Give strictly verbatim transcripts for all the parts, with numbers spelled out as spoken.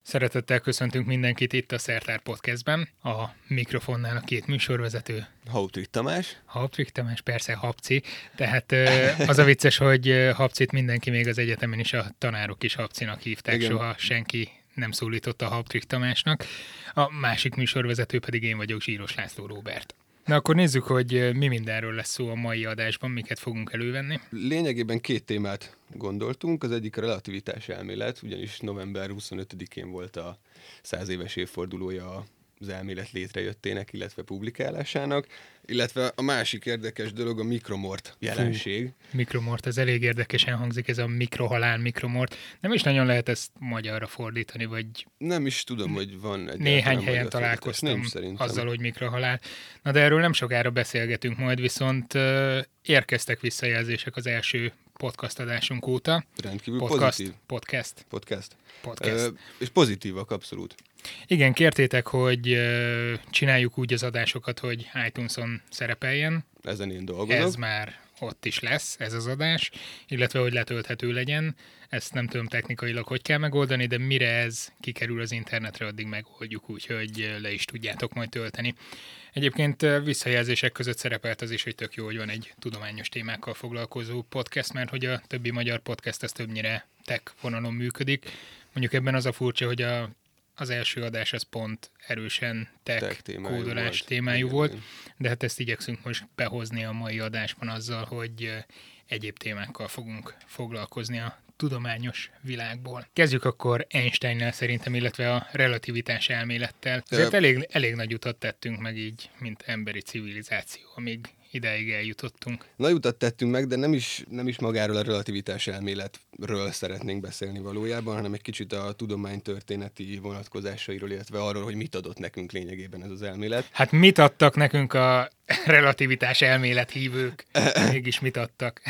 Szeretettel köszöntünk mindenkit itt a Szertár Podcastben. A mikrofonnál a két műsorvezető. Hauptvig Tamás. Hauptvig Tamás, persze Habci. Tehát az a vicces, hogy Habcit mindenki, még az egyetemen is a tanárok is Habcinak hívták. Igen. Soha senki nem szólította Hauptvig Tamásnak. A másik műsorvezető pedig én vagyok, Zsíros László Róbert. Na akkor nézzük, hogy mi mindenről lesz szó a mai adásban, miket fogunk elővenni. Lényegében két témát gondoltunk, az egyik a relativitás elmélet, ugyanis november huszonötödikén volt a száz éves évfordulója az elmélet létrejöttének, illetve publikálásának, illetve a másik érdekes dolog a mikromort jelenség. Fú, mikromort, ez elég érdekesen hangzik, ez a mikrohalál mikromort. Nem is nagyon lehet ezt magyarra fordítani, vagy... Nem is tudom, hogy van egy... Néhány helyen találkoztam azzal, hogy mikrohalál. Na de erről nem sokára beszélgetünk majd, viszont uh, érkeztek visszajelzések az első podcast adásunk óta. Rendkívül podcast, pozitív. Podcast. Podcast. Podcast. Uh, és pozitívak, abszolút. Igen, kértétek, hogy uh, csináljuk úgy az adásokat, hogy iTunes-on szerepeljen. Ezen én dolgozom. Ez már ott is lesz, ez az adás, illetve hogy letölthető legyen. Ezt nem tudom technikailag, hogy kell megoldani, de mire ez kikerül az internetre, addig megoldjuk, úgyhogy le is tudjátok majd tölteni. Egyébként visszajelzések között szerepelt az is, hogy tök jó, hogy van egy tudományos témákkal foglalkozó podcast, mert hogy a többi magyar podcast ez többnyire tech vonalon működik. Mondjuk ebben az a furcsa, hogy a az első adás az pont erősen tech, tech témájú kódolás volt. témájú igen, volt, igen. De hát ezt igyekszünk most behozni a mai adásban azzal, hogy egyéb témákkal fogunk foglalkozni a tudományos világból. Kezdjük akkor Einsteinnel szerintem, illetve a relativitás elmélettel. Ezért elég, elég nagy utat tettünk meg így, mint emberi civilizáció, amíg idáig eljutottunk. Nagy utat tettünk meg, de nem is, nem is magáról a relativitás elméletről szeretnénk beszélni valójában, hanem egy kicsit a tudománytörténeti vonatkozásairól, illetve arról, hogy mit adott nekünk lényegében ez az elmélet. Hát mit adtak nekünk a relativitás elmélet hívők? Mégis mit adtak?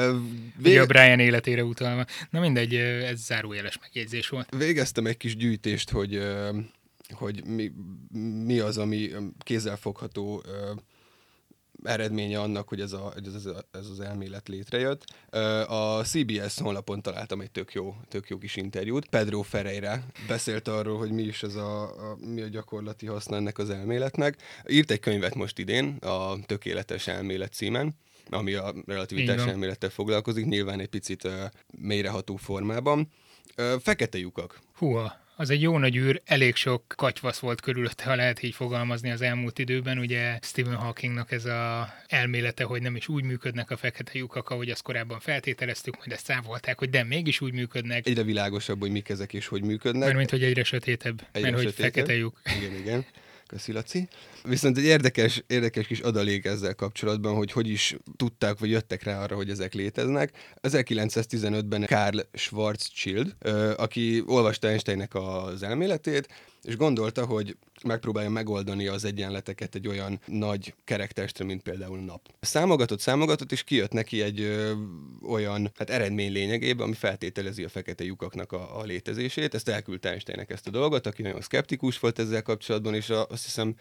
Ugye a Brian életére utalva. Na mindegy, ez zárójeles megjegyzés volt. Végeztem egy kis gyűjtést, hogy, hogy mi, mi az, ami kézzelfogható eredménye annak, hogy ez, a, ez, ez az elmélet létrejött. A cé bé es honlapon találtam egy tök jó, tök jó kis interjút. Pedro Ferreira beszélt arról, hogy mi is ez a, a, mi a gyakorlati haszna ennek az elméletnek. Írt egy könyvet most idén, a Tökéletes elmélet címen, ami a relativitás elmélettel foglalkozik, nyilván egy picit uh, mélyreható formában. Uh, fekete lyukak. Húha. Az egy jó nagy űr, elég sok katyvasz volt körülötte, ha lehet így fogalmazni az elmúlt időben. Ugye Stephen Hawkingnak ez az elmélete, hogy nem is úgy működnek a fekete lyukak, ahogy azt korábban feltételeztük, majd ezt szávolták, hogy de mégis úgy működnek. Egyre világosabb, hogy mik ezek és hogy működnek. Mert mint hogy egyre sötétebb, egyre mert sötétebb. Hogy fekete lyuk. Igen, igen. Köszi, Laci. Viszont egy érdekes, érdekes kis adalék ezzel kapcsolatban, hogy hogy is tudták, vagy jöttek rá arra, hogy ezek léteznek. ezerkilencszáztizenötben Karl Schwarzschild, aki olvasta Einsteinnek az elméletét, és gondolta, hogy megpróbálja megoldani az egyenleteket egy olyan nagy kerektestre, mint például a nap. Számogatott, számogatott, és kijött neki egy ö, olyan hát eredmény lényegében, ami feltételezi a fekete lyukaknak a, a létezését. Ezt elküldte Einsteinnek ezt a dolgot, aki nagyon szkeptikus volt ezzel kapcsolatban, és a, azt hiszem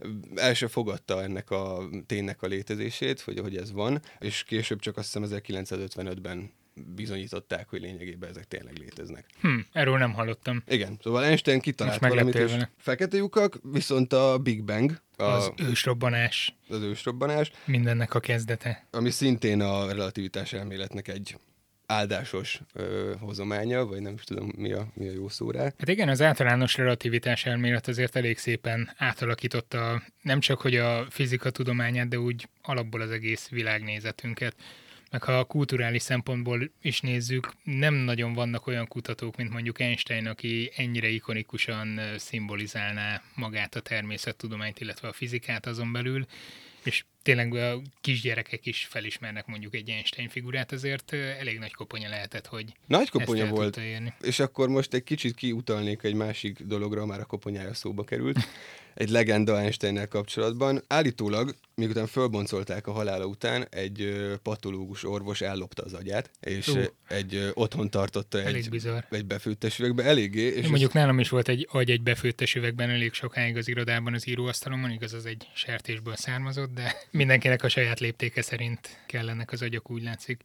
el sem fogadta ennek a ténynek a létezését, hogy, hogy ez van, és később csak azt hiszem ezerkilencszázötvenötben bizonyították, hogy lényegében ezek tényleg léteznek. Hm, erről nem hallottam. Igen, szóval Einstein kitalált valamit, és fekete lyukak, viszont a Big Bang, a, az ősrobbanás. Az ősrobbanás. Mindennek a kezdete. Ami szintén a relativitás elméletnek egy áldásos ö, hozománya, vagy nem is tudom, mi a, mi a jó szó rá. Hát igen, az általános relativitás elmélet azért elég szépen átalakította nem csak hogy a fizika tudományát, de úgy alapból az egész világnézetünket. Meg ha a kulturális szempontból is nézzük, nem nagyon vannak olyan kutatók, mint mondjuk Einstein, aki ennyire ikonikusan szimbolizálná magát a természettudományt, illetve a fizikát azon belül, és tényleg a kisgyerekek is felismernek mondjuk egy Einstein figurát, azért elég nagy koponya lehetett, hogy nagy koponya volt, és akkor most egy kicsit kiutalnék egy másik dologra, már a koponyája szóba került. Egy legenda Einsteinnel kapcsolatban. Állítólag, miután fölboncolták a halála után, egy ö, patológus orvos ellopta az agyát, és uh. egy ö, otthon tartotta egy, egy befőttes üvegbe, eléggé. És mondjuk ez... nálam is volt egy agy egy befőttes üvegben elég sokáig az irodában, az íróasztalomon, igaz, az egy sertésből származott, de mindenkinek a saját léptéke szerint kell ennek az agyak, úgy látszik.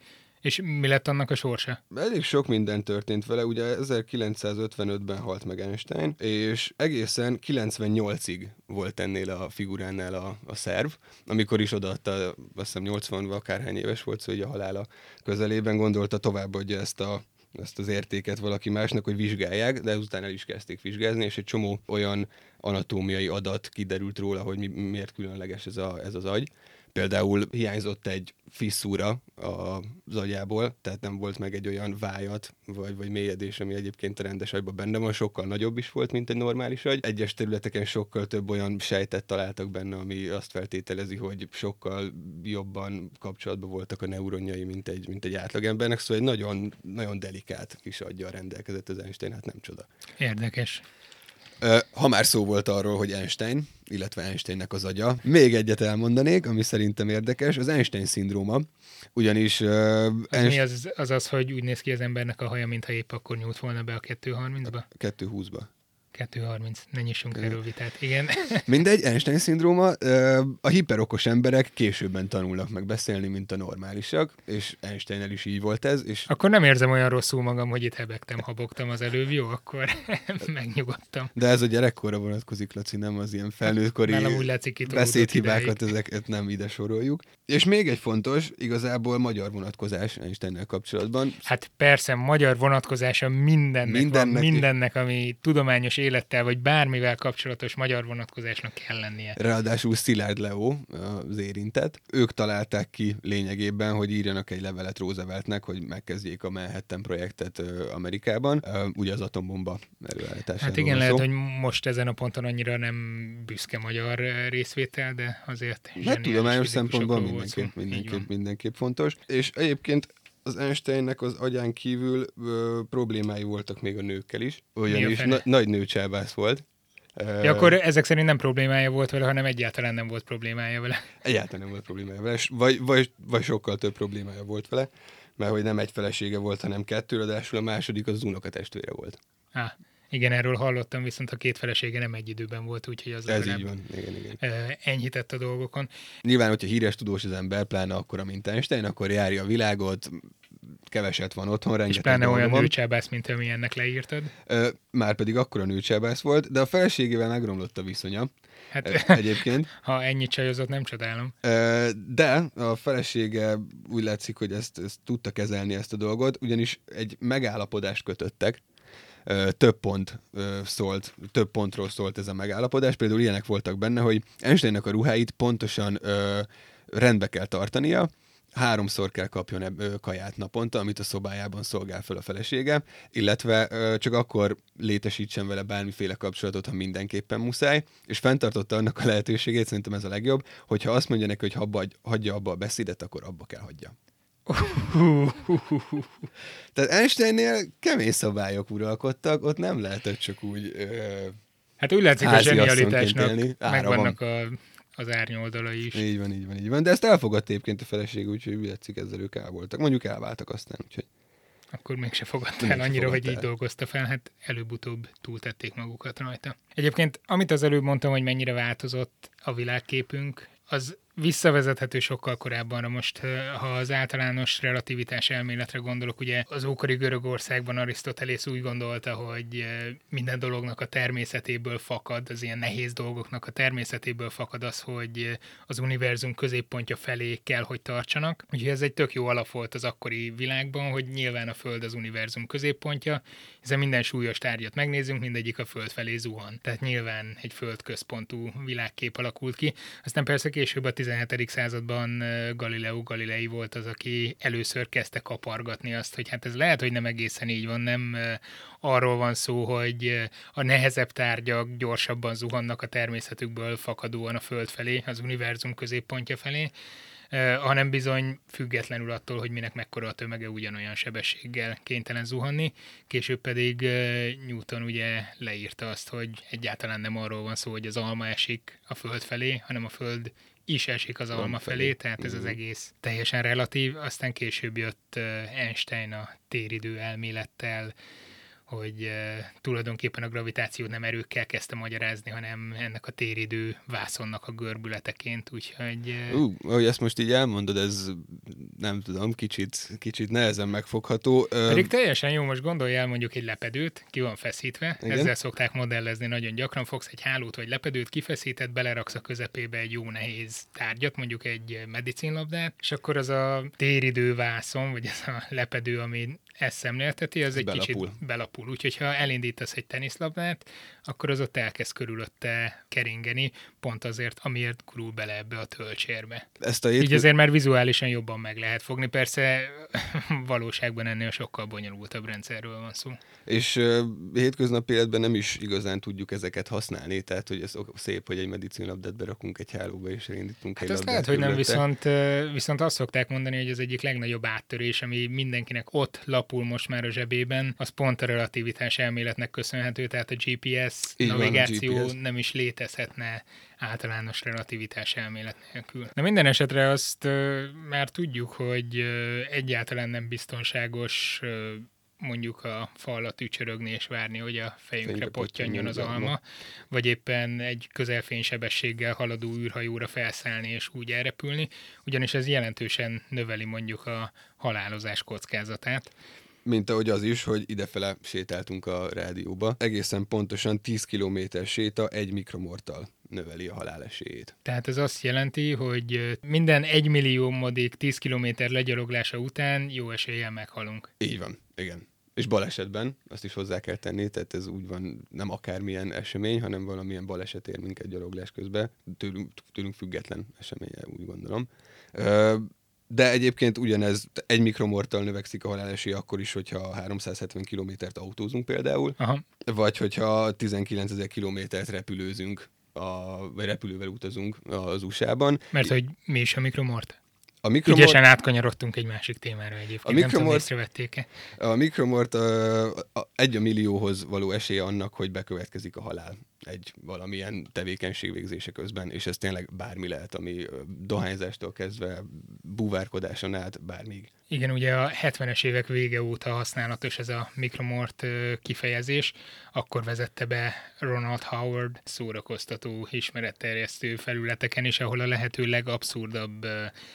És mi lett annak a sorsa? Elég sok minden történt vele, ugye ezerkilencszázötvenötben halt meg Einstein, és egészen kilencvennyolcig volt ennél a figuránál a, a szerv, amikor is odaadta, azt hiszem nyolcvan akárhány éves volt, szóval így a halála közelében gondolta tovább, hogy ezt a ezt az értéket valaki másnak, hogy vizsgálják, de ezután el is kezdték vizsgázni, és egy csomó olyan anatómiai adat kiderült róla, hogy mi, miért különleges ez, a, ez az agy. Például hiányzott egy fisszúra az agyából, tehát nem volt meg egy olyan vájat, vagy, vagy mélyedés, ami egyébként a rendes agyban benne van, sokkal nagyobb is volt, mint egy normális agy. Egyes területeken sokkal több olyan sejtet találtak benne, ami azt feltételezi, hogy sokkal jobban kapcsolatban voltak a neuronjai, mint egy, mint egy átlagembernek, szóval egy nagyon, nagyon delikát kis aggyal rendelkezett az Einstein, hát nem csoda. Érdekes. Ha már szó volt arról, hogy Einstein, illetve Einsteinnek az agya, még egyet elmondanék, ami szerintem érdekes, az Einstein-szindróma, ugyanis... Uh, az Einstein... mi az, az az, hogy úgy néz ki az embernek a haja, mintha épp akkor nyújt volna be a kettő harmincba? kettő húszba. kettő harminc, ne nyissunk erről vitát, igen. Mindegy, Einstein-szindróma, a hiperokos emberek későbben tanulnak meg beszélni, mint a normálisak, és Einsteinnel is így volt ez. És... Akkor nem érzem olyan rosszul magam, hogy itt hebegtem, habogtam az előbb, jó? Akkor megnyugodtam. De ez a gyerekkorra vonatkozik, Laci, nem az ilyen felnőttkori beszédhibákat, ezeket nem ide soroljuk. És még egy fontos, igazából magyar vonatkozás Einsteinnel kapcsolatban. Hát persze, magyar vonatkozása mindennek, mindennek, van, mindennek ami tudományos élettel, vagy bármivel kapcsolatos magyar vonatkozásnak kell lennie. Ráadásul Szilárd Leó, az érintett. Ők találták ki lényegében, hogy írjanak egy levelet Rooseveltnek, hogy megkezdjék a Manhattan projektet Amerikában, ugye az atombomba előállításáról. Hát igen, lehet, hogy most ezen a ponton annyira nem büszke magyar részvétel, de azért hát tudományos szempontból mindenképp, mindenképp, mindenképp fontos. És egyébként az Einsteinnek az agyán kívül ö, problémái voltak még a nőkkel is, ugyanis na- nagy nőcsábász volt. Ja, akkor ezek szerint nem problémája volt vele, hanem egyáltalán nem volt problémája vele. Egyáltalán nem volt problémája vele, vagy, vagy, vagy sokkal több problémája volt vele, mert hogy nem egy felesége volt, hanem kettő, ráadásul a második az unokatestvére volt. Ah. Igen, erről hallottam, viszont a két felesége nem egy időben volt, úgyhogy az ez így van. Igen, igen. enyhített a dolgokon. Nyilván, hogyha híres tudós az ember, pláne akkora, mint Einstein, akkor járja a világot, keveset van otthon, rengeteg. És pláne olyan nőcsábász, mint ami ennek leírtad. Márpedig akkora nőcsábász volt, de a feleségével megromlott a viszonya. Hát, egyébként. Ha ennyit csajozott, nem csodálom. De a felesége úgy látszik, hogy ezt, ezt tudta kezelni ezt a dolgot, ugyanis egy megállapodást kötöttek, több pont szólt, több pontról szólt ez a megállapodás. Például ilyenek voltak benne, hogy Einsteinnek a ruháit pontosan ö, rendbe kell tartania, háromszor kell kapjon eb- kaját naponta, amit a szobájában szolgál fel a felesége, illetve ö, csak akkor létesítsen vele bármiféle kapcsolatot, ha mindenképpen muszáj, és fenntartotta annak a lehetőségét, szerintem ez a legjobb, hogyha azt mondja neki, hogy ha abba, hagyja abba a beszédet, akkor abba kell hagyja. Tehát Einsteinnél kemény szabályok uralkodtak, ott nem lehetett csak úgy ö, hát úgy látszik a zsenialitásnak megvannak a, az árnyoldalai is. Így van, így van, így van. De ezt elfogadta egyébként a feleség, úgyhogy úgy látszik, ezzel ők el voltak. Mondjuk elváltak aztán, úgyhogy... Akkor mégse fogadta el annyira, hogy így dolgozta fel, hát előbb-utóbb túltették magukat rajta. Egyébként, amit az előbb mondtam, hogy mennyire változott a világképünk, az visszavezethető sokkal korábbanra. Most, ha az általános relativitás elméletre gondolok, ugye az ókori Görögországban Arisztotelész úgy gondolta, hogy minden dolognak a természetéből fakad, az ilyen nehéz dolgoknak a természetéből fakad az, hogy az univerzum középpontja felé kell, hogy tartsanak. Úgyhogy ez egy tök jó alap volt az akkori világban, hogy nyilván a Föld az univerzum középpontja, hiszen minden súlyos tárgyat megnézzünk, mindegyik a Föld felé zuhan. Tehát nyilván egy földközpontú világkép alakult ki. Aztán persze később a tizenhetedik században Galileo Galilei volt az, aki először kezdte kapargatni azt, hogy hát ez lehet, hogy nem egészen így van, nem arról van szó, hogy a nehezebb tárgyak gyorsabban zuhannak a természetükből fakadóan a Föld felé, az univerzum középpontja felé, hanem bizony függetlenül attól, hogy minek mekkora a tömege, ugyanolyan sebességgel kénytelen zuhanni. Később pedig Newton ugye leírta azt, hogy egyáltalán nem arról van szó, hogy az alma esik a Föld felé, hanem a Föld is esik az alma felé, tehát ez az egész teljesen relatív. Aztán később jött Einstein a téridő elmélettel, hogy e, tulajdonképpen a gravitációt nem erőkkel kezdte magyarázni, hanem ennek a téridő vászonnak a görbületeként, úgyhogy... E... Ú, ahogy ezt most így elmondod, ez nem tudom, kicsit, kicsit nehezen megfogható. Pedig teljesen jó, most gondolj el mondjuk egy lepedőt, ki van feszítve, igen? Ezzel szokták modellezni nagyon gyakran, fogsz egy hálót vagy lepedőt, kifeszíted, beleraksz a közepébe egy jó nehéz tárgyat, mondjuk egy medicinlabdát, és akkor az a téridő vászon, vagy ez a lepedő, ami ezt szemlélteti, az egy belapul. kicsit belapul. Úgyhogy ha elindítasz egy teniszlabdát, akkor az ott elkezd körülötte keringeni, pont azért, amiért gurul bele ebbe a tölcsérbe. Ezt a hétkö... Így azért már vizuálisan jobban meg lehet fogni, persze valóságban ennél sokkal bonyolultabb rendszerről van szó. És uh, hétköznapi életben nem is igazán tudjuk ezeket használni, tehát hogy ez szép, hogy egy medicinlabdát berakunk egy hálóba, és elindítunk hát egy azt labdát lehet, hogy nem, körülötte. viszont, viszont azt szokták mondani, hogy az egyik legnagyobb áttörés, ami mindenkinek ott lapul most már a zsebében, az pont a relativitás elméletnek köszönhető, tehát a gé pé es Így van, navigáció gé pé es. nem is létezhetne általános relativitás elmélet nélkül. De minden esetre azt uh, már tudjuk, hogy uh, egyáltalán nem biztonságos uh, mondjuk a fa alatt ücsörögni és várni, hogy a fejünkre Fejünkre pottyanjon az pottyanjon az alma, vagy éppen egy közelfénysebességgel haladó űrhajóra felszállni és úgy elrepülni, ugyanis ez jelentősen növeli mondjuk a halálozás kockázatát. Mint ahogy az is, hogy idefele sétáltunk a rádióba. Egészen pontosan tíz kilométer séta egy mikromorttal növeli a halálesélyét. Tehát ez azt jelenti, hogy minden egymilliómodik tíz kilométer legyaloglása után jó eséllyel meghalunk. Így van, igen. És balesetben, azt is hozzá kell tenni, tehát ez úgy van, nem akármilyen esemény, hanem valamilyen baleset ér minket gyaloglás közben, tőlünk, tőlünk független eseménye, úgy gondolom. De egyébként ugyanez egy mikromorttal növekszik a halálesélye akkor is, hogyha háromszázhetven kilométert autózunk például, Aha. vagy hogyha tizenkilencezer kilométert repülőzünk, a, vagy repülővel utazunk az u es á-ban. Mert hogy mi is a mikromort? A mikromort, Ügyesen átkanyarodtunk egy másik témára egyébként, a mikromort, nem tudom, észrevették-e. A mikromort a, a, egy a millióhoz való esélye annak, hogy bekövetkezik a halál egy valamilyen tevékenység végzése közben, és ez tényleg bármi lehet, ami dohányzástól kezdve búvárkodáson át bármíg. Igen, ugye a hetvenes évek vége óta használatos ez a mikromort kifejezés, akkor vezette be Ronald Howard szórakoztató ismeretterjesztő felületeken is, ahol a lehető legabszurdabb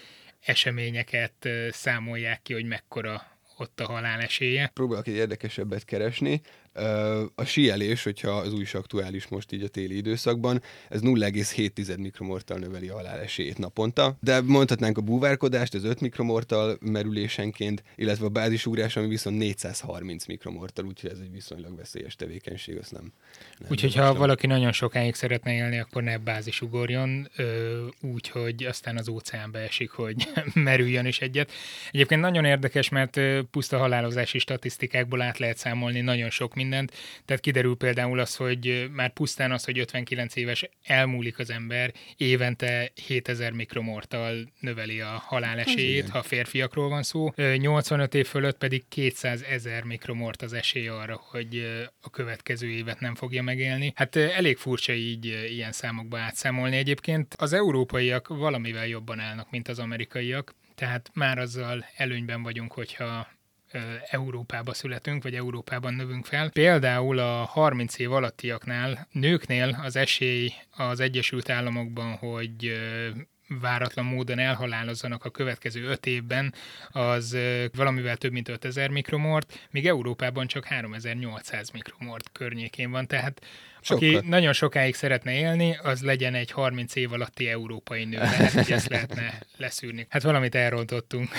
eseményeket számolják ki, hogy mekkora ott a halálesélye. Próbálok egy érdekesebbet keresni. A síelés, hogyha az új is aktuális most így a téli időszakban, ez nulla egész hét mikromorttal növeli a halálesélyét naponta, de mondhatnánk a búvárkodást, az öt mikromorttal merülésenként, illetve a bázisugrás, ami viszont négyszázharminc mikromorttal, úgyhogy ez egy viszonylag veszélyes tevékenység, azt nem. nem úgyhogy ha valaki nagyon sokáig szeretne élni, akkor ne bázisugorjon, úgy, hogy aztán az óceánba esik, hogy merüljön is egyet. Egyébként nagyon érdekes, mert puszta halálozási statisztikákból át lehet számolni nagyon sok mindent. Tehát kiderül például az, hogy már pusztán az, hogy ötvenkilenc éves elmúlik az ember, évente hétezer mikromorttal növeli a halálesélyét, ha férfiakról van szó. nyolcvanöt év fölött pedig kétszázezer mikromort az esély arra, hogy a következő évet nem fogja megélni. Hát elég furcsa így ilyen számokba átszámolni. Egyébként az európaiak valamivel jobban állnak, mint az amerikaiak, tehát már azzal előnyben vagyunk, hogyha Európába születünk, vagy Európában növünk fel. Például a harminc év alattiaknál, nőknél az esély az Egyesült Államokban, hogy váratlan módon elhalálozzanak a következő öt évben, az valamivel több mint ötezer mikromort, míg Európában csak háromezer-nyolcszáz mikromort környékén van, tehát Sokkal. Aki nagyon sokáig szeretne élni, az legyen egy harminc év alatti európai nő, lehet, hogy ezt lehetne leszűrni. Hát valamit elrontottunk.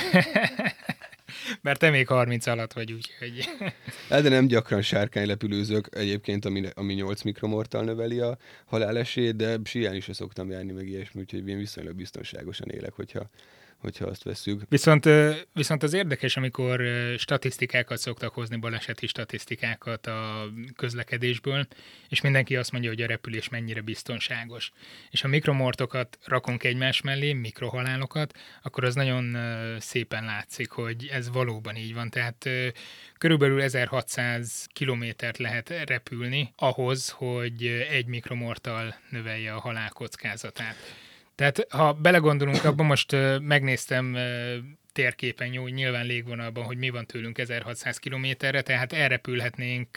Mert te még harminc alatt vagy, úgyhogy... Hát de nem gyakran sárkánylepülőzök egyébként, ami, ami nyolc mikromorttal növeli a halálesélyt, de síelni is szoktam járni, meg ilyesmi, úgyhogy én viszonylag biztonságosan élek, hogyha, hogyha azt vesszük. Viszont, viszont az érdekes, amikor statisztikákat szoktak hozni, baleseti statisztikákat a közlekedésből, és mindenki azt mondja, hogy a repülés mennyire biztonságos. És ha mikromortokat rakunk egymás mellé, mikrohalálokat, akkor az nagyon szépen látszik, hogy ez valóban így van. Tehát körülbelül ezerhatszáz kilométert lehet repülni ahhoz, hogy egy mikromorttal növelje a halál kockázatát. Tehát ha belegondolunk abba, most uh, megnéztem uh, térképen, jó, nyilván légvonalban, hogy mi van tőlünk ezerhatszáz kilométerre, tehát elrepülhetnénk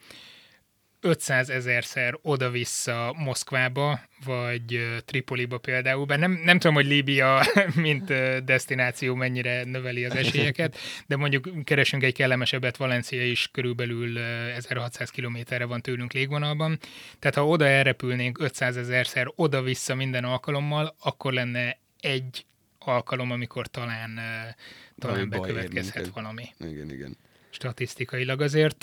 ötszázezerszer oda-vissza Moszkvába, vagy Tripoliba például, bár nem, nem tudom, hogy Líbia, mint desztináció mennyire növeli az esélyeket, de mondjuk keresünk egy kellemesebbet, Valencia is körülbelül ezerhatszáz kilométerre van tőlünk légvonalban, tehát ha oda elrepülnénk ötszázezerszer oda-vissza minden alkalommal, akkor lenne egy alkalom, amikor talán, talán bekövetkezhet valami. Igen, igen. Statisztikailag azért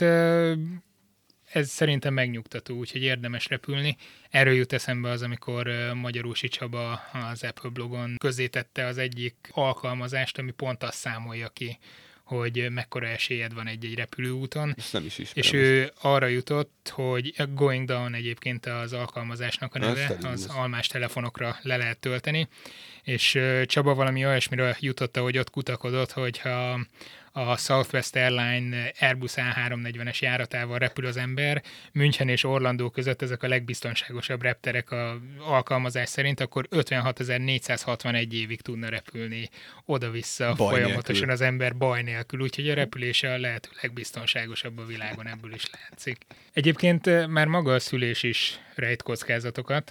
ez szerintem megnyugtató, úgyhogy érdemes repülni. Erről jut eszembe az, amikor Magyarósi Csaba az Apple blogon közzétette az egyik alkalmazást, ami pont azt számolja ki, hogy mekkora esélyed van egy-egy repülőúton. Ezt nem is és ő arra jutott, hogy Going Down egyébként az alkalmazásnak a neve, az almás telefonokra le lehet tölteni, és Csaba valami olyasmire jutotta, hogy ott kutakodott, hogyha a Southwest Airline Airbus á háromszáznegyvenes járatával repül az ember, München és Orlandó között ezek a legbiztonságosabb repterek az alkalmazás szerint, akkor ötvenhatezer-négyszázhatvanegy évig tudna repülni oda-vissza baj folyamatosan nélkül. Az ember baj nélkül, úgyhogy a repülése a lehető legbiztonságosabb a világon, ebből is látszik. Egyébként már maga a szülés is rejt kockázatokat,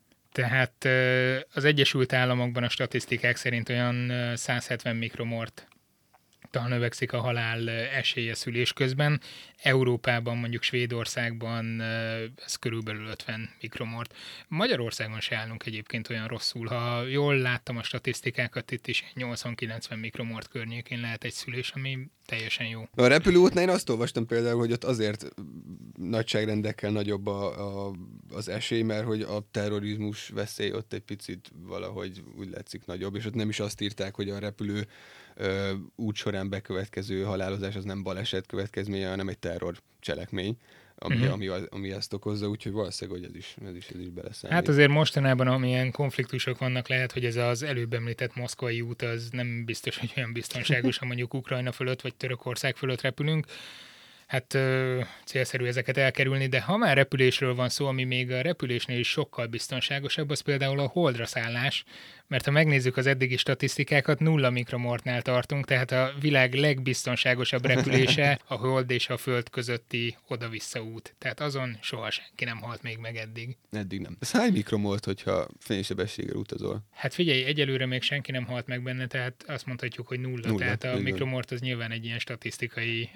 tehát az Egyesült Államokban a statisztikák szerint olyan százhetven mikromort tal növekszik a halál esélye szülés közben. Európában, mondjuk Svédországban ez körülbelül ötven mikromort. Magyarországon se állunk egyébként olyan rosszul. Ha jól láttam a statisztikákat, itt is nyolcvan-kilencven mikromort környékén lehet egy szülés, ami teljesen jó. A repülőútnál én azt olvastam például, hogy ott azért nagyságrendekkel nagyobb a, a, az esély, mert hogy a terrorizmus veszély ott egy picit valahogy úgy látszik nagyobb, és ott nem is azt írták, hogy a repülő ö, út során bekövetkező halálozás az nem baleset következménye, hanem egy terror cselekmény, ami, uh-huh. ami, ami ezt okozza, úgyhogy valószínűleg, hogy ez is, ez is, ez is beleszámít. Hát azért mostanában, amilyen konfliktusok vannak, lehet, hogy ez az előbb említett moszkvai út, az nem biztos, hogy olyan biztonságos, ha mondjuk Ukrajna fölött, vagy Törökország fölött repülünk. Hát ö, célszerű ezeket elkerülni, de ha már repülésről van szó, ami még a repülésnél is sokkal biztonságosabb, az például a holdra szállás, mert ha megnézzük az eddigi statisztikákat, nulla mikromortnál tartunk, tehát a világ legbiztonságosabb repülése a hold és a föld közötti oda-vissza út. Tehát azon soha senki nem halt még meg eddig. Eddig nem. Ez hány mikromort, hogyha fénysebességgel utazol? Hát figyelj, egyelőre még senki nem halt meg benne, tehát azt mondhatjuk, hogy nulla. nulla tehát a igen. mikromort az nyilván egy ilyen statisztikai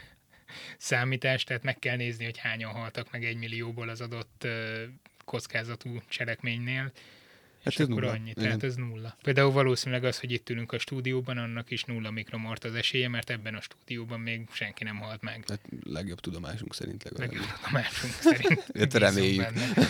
számítás, tehát meg kell nézni, hogy hányan haltak meg egy millióból az adott uh, kockázatú cselekménynél, hát és akkor annyi, igen. Tehát ez nulla. Például valószínűleg az, hogy itt ülünk a stúdióban, annak is nulla mikromort az esélye, mert ebben a stúdióban még senki nem halt meg. Hát legjobb tudomásunk szerint legalább. Legjobb tudomásunk szerint. Ezt reméljük.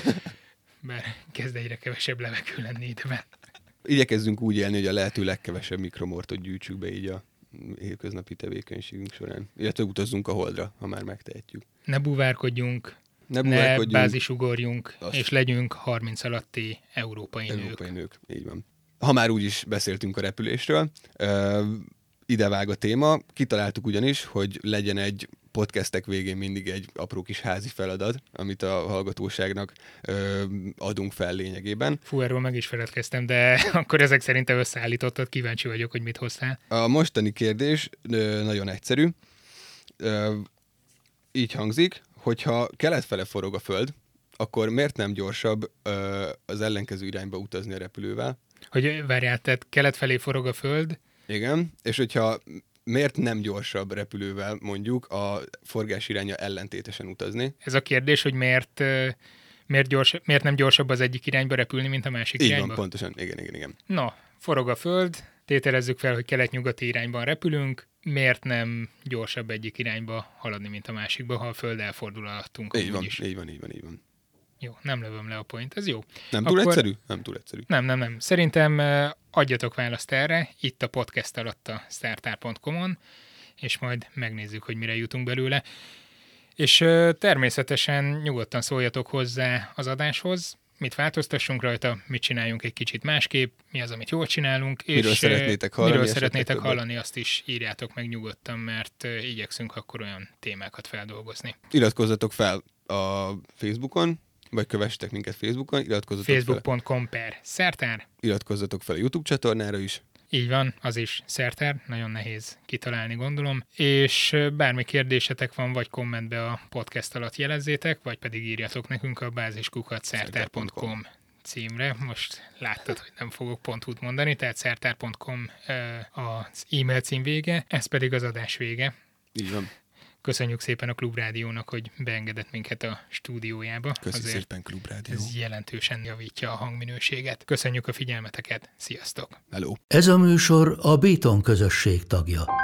Bár kezd egyre kevesebb levegő lenni ideben. Igyekezzünk úgy élni, hogy a lehető legkevesebb mikromortot gyűjtsük be így a hétköznapi tevékenységünk során. Illetve utazzunk a holdra, ha már megtehetjük. Ne buvárkodjunk, ne, ne bázisugorjunk, azt... és legyünk harminc alatti európai, európai nők. nők. Így van. Ha már úgy is beszéltünk a repülésről, uh, ide vág a téma. Kitaláltuk ugyanis, hogy legyen egy podcastek végén mindig egy apró kis házi feladat, amit a hallgatóságnak ö, adunk fel lényegében. Fú, erről meg is feledkeztem, de akkor ezek szerint te összeállítottad, kíváncsi vagyok, hogy mit hoztál. A mostani kérdés ö, nagyon egyszerű. Ö, így hangzik, hogyha keletfele forog a Föld, akkor miért nem gyorsabb ö, az ellenkező irányba utazni a repülővel? Hogy várjál, tehát kelet felé forog a Föld? Igen, és hogyha miért nem gyorsabb repülővel mondjuk a forgás iránya ellentétesen utazni? Ez a kérdés, hogy miért, miért, gyors, miért nem gyorsabb az egyik irányba repülni, mint a másik Így irányba? Van, pontosan, igen, igen, igen. No, forog a Föld, tételezzük fel, hogy kelet-nyugati irányban repülünk, miért nem gyorsabb egyik irányba haladni, mint a másikba, ha a Föld elfordul alattunk? Így van, is. így van, így van, így van. Jó, nem lövöm le a point, ez jó. Nem túl Akkor... egyszerű? Nem túl egyszerű. Nem, nem, nem. Szerintem adjatok választ erre, itt a podcast alatt a startár pont com-on, és majd megnézzük, hogy mire jutunk belőle. És természetesen nyugodtan szóljatok hozzá az adáshoz, mit változtassunk rajta, mit csináljunk egy kicsit másképp, mi az, amit jól csinálunk, miről és szeretnétek hallani, miről szeretnétek hallani, azt is írjátok meg nyugodtan, mert igyekszünk akkor olyan témákat feldolgozni. Iratkozzatok fel a Facebookon, vagy kövessetek minket Facebookon, iratkozzatok Facebook pont com per szertár. Iratkozzatok fel a YouTube csatornára is. Így van, az is Szerter, nagyon nehéz kitalálni, gondolom. És bármi kérdésetek van, vagy kommentbe a podcast alatt jelezzétek, vagy pedig írjatok nekünk a báziskukat szerter pont com címre. Most láttad, hogy nem fogok pont út mondani, tehát szerter pont com az e-mail cím vége, ez pedig az adás vége. Így van. Köszönjük szépen a Klubrádiónak, hogy beengedett minket a stúdiójába. Köszönjük szépen, Klubrádió. Ez jelentősen javítja a hangminőséget. Köszönjük a figyelmeteket, sziasztok! Hello! Ez a műsor a Béton közösség tagja.